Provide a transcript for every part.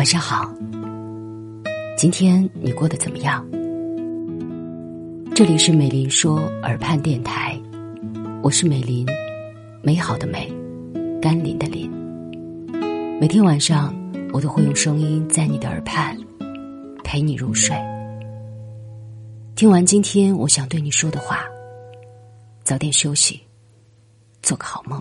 晚上好，今天你过得怎么样？这里是美林说耳畔电台，我是美林，美好的美，甘霖的霖。每天晚上我都会用声音在你的耳畔陪你入睡。听完今天我想对你说的话，早点休息，做个好梦。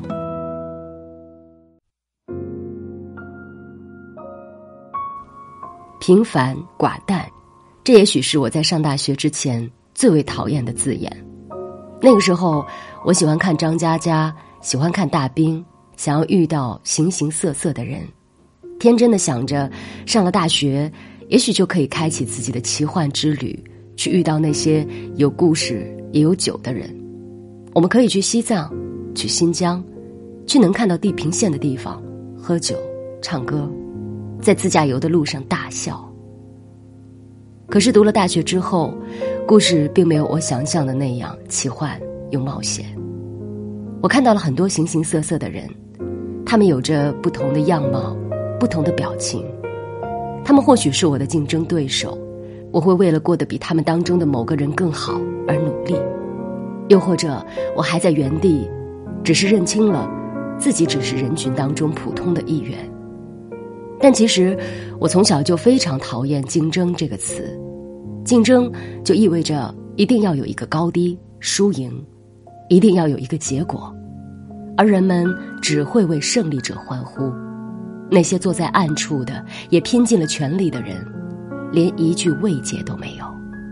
平凡寡淡，这也许是我在上大学之前最为讨厌的字眼。那个时候我喜欢看张嘉佳，喜欢看大兵，想要遇到形形色色的人，天真的想着上了大学也许就可以开启自己的奇幻之旅，去遇到那些有故事也有酒的人。我们可以去西藏，去新疆，去能看到地平线的地方，喝酒唱歌，在自驾游的路上大笑。可是读了大学之后，故事并没有我想象的那样奇幻又冒险。我看到了很多形形色色的人，他们有着不同的样貌，不同的表情。他们或许是我的竞争对手，我会为了过得比他们当中的某个人更好而努力。又或者我还在原地，只是认清了自己只是人群当中普通的一员。但其实我从小就非常讨厌竞争这个词，竞争就意味着一定要有一个高低输赢，一定要有一个结果，而人们只会为胜利者欢呼。那些坐在暗处的也拼尽了全力的人，连一句慰藉都没有。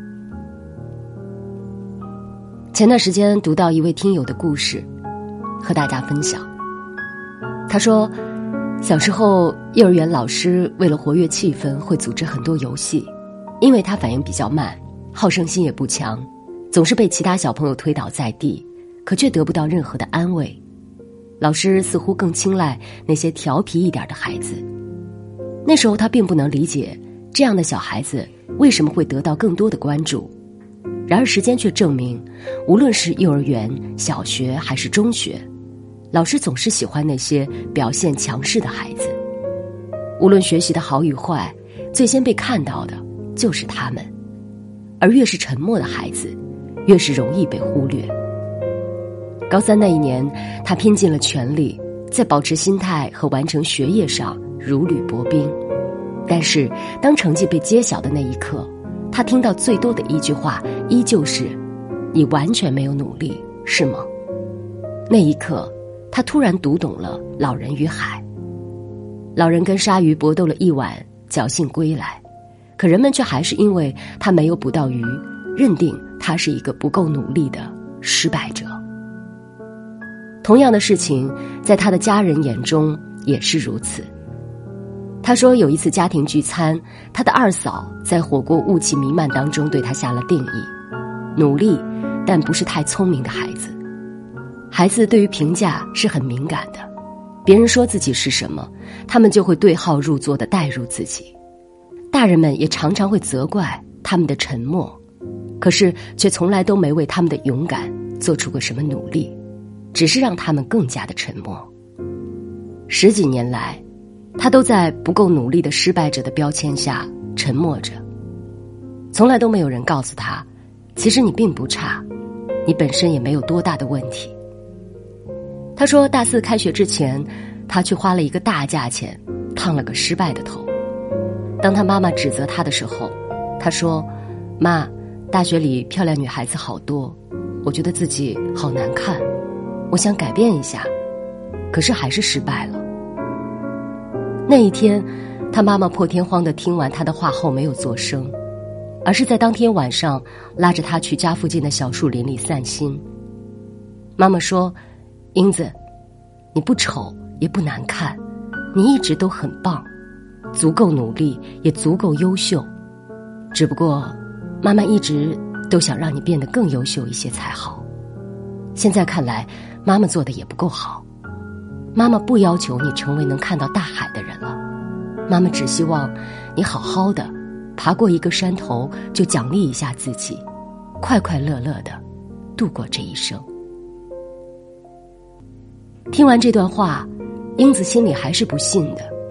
前段时间读到一位听友的故事，和大家分享。他说小时候幼儿园老师为了活跃气氛会组织很多游戏，因为他反应比较慢，好胜心也不强，总是被其他小朋友推倒在地，可却得不到任何的安慰。老师似乎更青睐那些调皮一点的孩子。那时候他并不能理解这样的小孩子为什么会得到更多的关注。然而时间却证明，无论是幼儿园、小学还是中学，老师总是喜欢那些表现强势的孩子。无论学习的好与坏，最先被看到的就是他们。而越是沉默的孩子，越是容易被忽略。高三那一年，他拼尽了全力，在保持心态和完成学业上如履薄冰。但是当成绩被揭晓的那一刻，他听到最多的一句话依旧是：你完全没有努力，是吗？那一刻他突然读懂了老人与海。老人跟鲨鱼搏斗了一晚，侥幸归来，可人们却还是因为他没有捕到鱼，认定他是一个不够努力的失败者。同样的事情在他的家人眼中也是如此。他说有一次家庭聚餐，他的二嫂在火锅雾气弥漫当中对他下了定义：努力但不是太聪明的孩子。孩子对于评价是很敏感的，别人说自己是什么，他们就会对号入座地带入自己。大人们也常常会责怪他们的沉默，可是却从来都没为他们的勇敢做出过什么努力，只是让他们更加的沉默。10几年来，他都在不够努力的失败者的标签下沉默着，从来都没有人告诉他，其实你并不差，你本身也没有多大的问题。他说大4开学之前，他去花了一个大价钱烫了个失败的头。当他妈妈指责他的时候，他说：妈，大学里漂亮女孩子好多，我觉得自己好难看，我想改变一下，可是还是失败了。那一天，他妈妈破天荒地听完他的话后没有作声，而是在当天晚上拉着他去家附近的小树林里散心。妈妈说：英子，你不丑也不难看，你一直都很棒，足够努力也足够优秀，只不过妈妈一直都想让你变得更优秀一些才好。现在看来妈妈做的也不够好，妈妈不要求你成为能看到大海的人了，妈妈只希望你好好的爬过一个山头，就奖励一下自己，快快乐乐的度过这一生。听完这段话，英子心里还是不信的。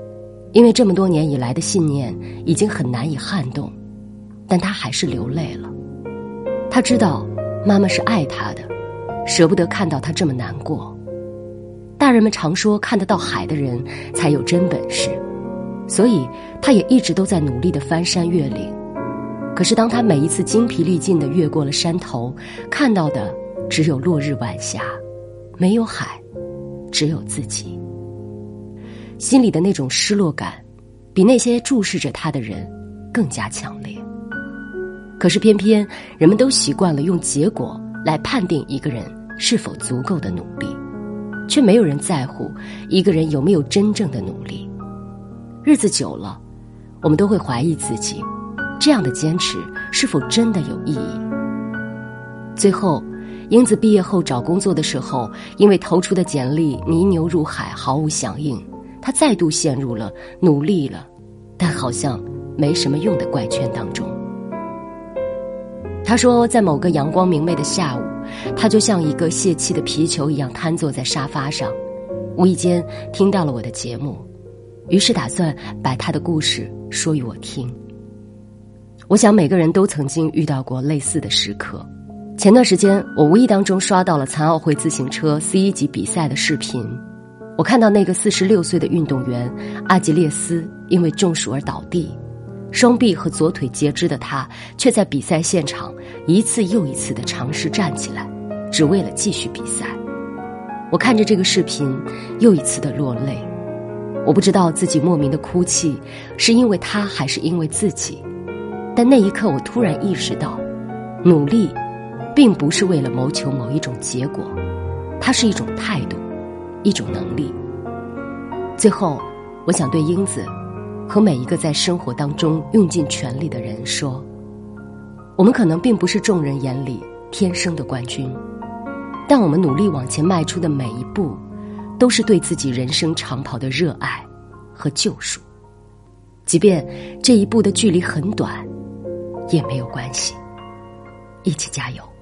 因为这么多年以来的信念已经很难以撼动，但他还是流泪了。他知道妈妈是爱他的，舍不得看到他这么难过。大人们常说看得到海的人才有真本事，所以他也一直都在努力地翻山越岭。可是当他每一次精疲力尽地越过了山头，看到的只有落日晚霞，没有海，只有自己。心里的那种失落感比那些注视着他的人更加强烈。可是偏偏人们都习惯了用结果来判定一个人是否足够的努力，却没有人在乎一个人有没有真正的努力。日子久了，我们都会怀疑自己，这样的坚持是否真的有意义。最后，英子毕业后找工作的时候，因为投出的简历泥牛入海，毫无响应，她再度陷入了努力了但好像没什么用的怪圈当中。她说，在某个阳光明媚的下午，她就像一个泄气的皮球一样瘫坐在沙发上，无意间听到了我的节目，于是打算把她的故事说与我听。我想每个人都曾经遇到过类似的时刻。前段时间我无意当中刷到了残奥会自行车 C1 级比赛的视频，我看到那个46岁的运动员阿吉列斯因为中暑而倒地，双臂和左腿截肢的他却在比赛现场一次又一次地尝试站起来，只为了继续比赛。我看着这个视频又一次地落泪，我不知道自己莫名的哭泣是因为他还是因为自己，但那一刻我突然意识到，努力并不是为了谋求某一种结果，它是一种态度，一种能力。最后，我想对英子和每一个在生活当中用尽全力的人说，我们可能并不是众人眼里天生的冠军，但我们努力往前迈出的每一步，都是对自己人生长跑的热爱和救赎。即便这一步的距离很短，也没有关系，一起加油。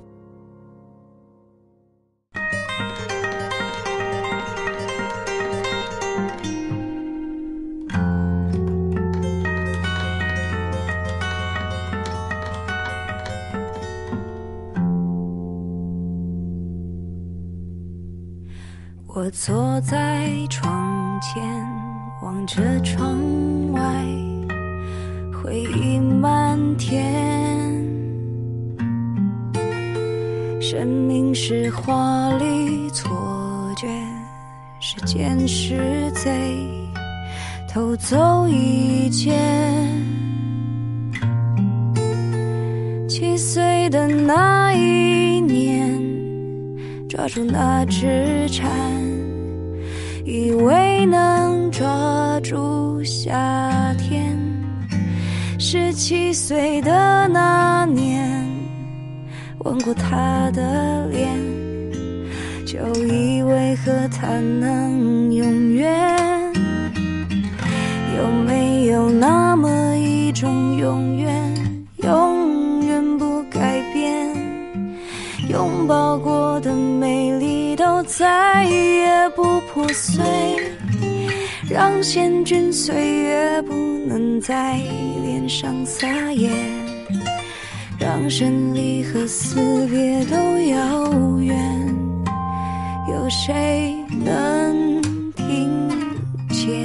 我坐在窗前，望着窗外，回忆漫天。生命是华丽错觉，时间是贼，偷走一切。7岁的那一年，抓住那只蝉，以为能抓住夏天。17岁的那年，吻过他的脸，就以为和他能永远。有没有那么一种永远，永远不改变？拥抱过的美丽都再也不破碎，让险峻岁月不能在脸上撒野，让生离和死别都遥远，有谁能听见？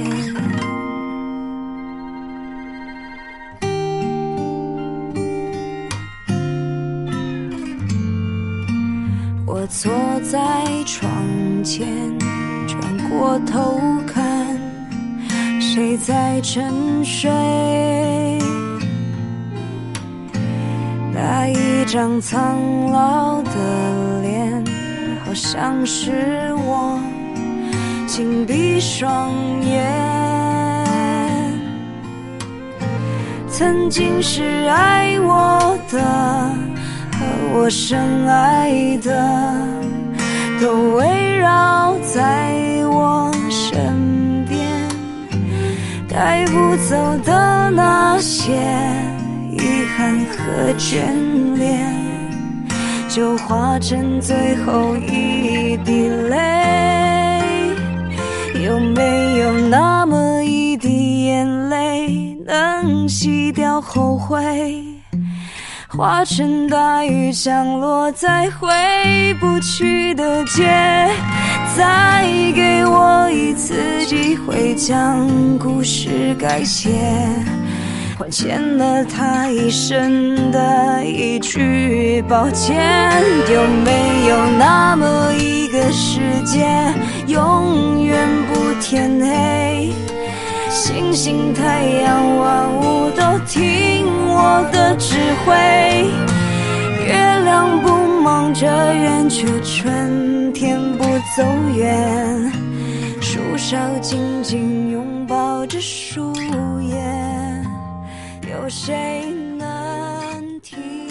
我坐在窗前，转过头看，谁在沉睡？那一张苍老的脸，好像是我，请闭双眼。曾经是爱我的和我深爱的，都围绕在我身边。带不走的那些遗憾和眷恋，就化成最后一滴泪。有没有那么一滴到后悔，化成大雨降落在回不去的街。再给我一次机会将故事改写，还欠了他一生的一句抱歉。有没有那么一个世界，永远不天黑，星星太阳万物都听我的指挥，月亮不忙着圆，却春天不走远，树梢紧紧拥抱着树叶，有谁能听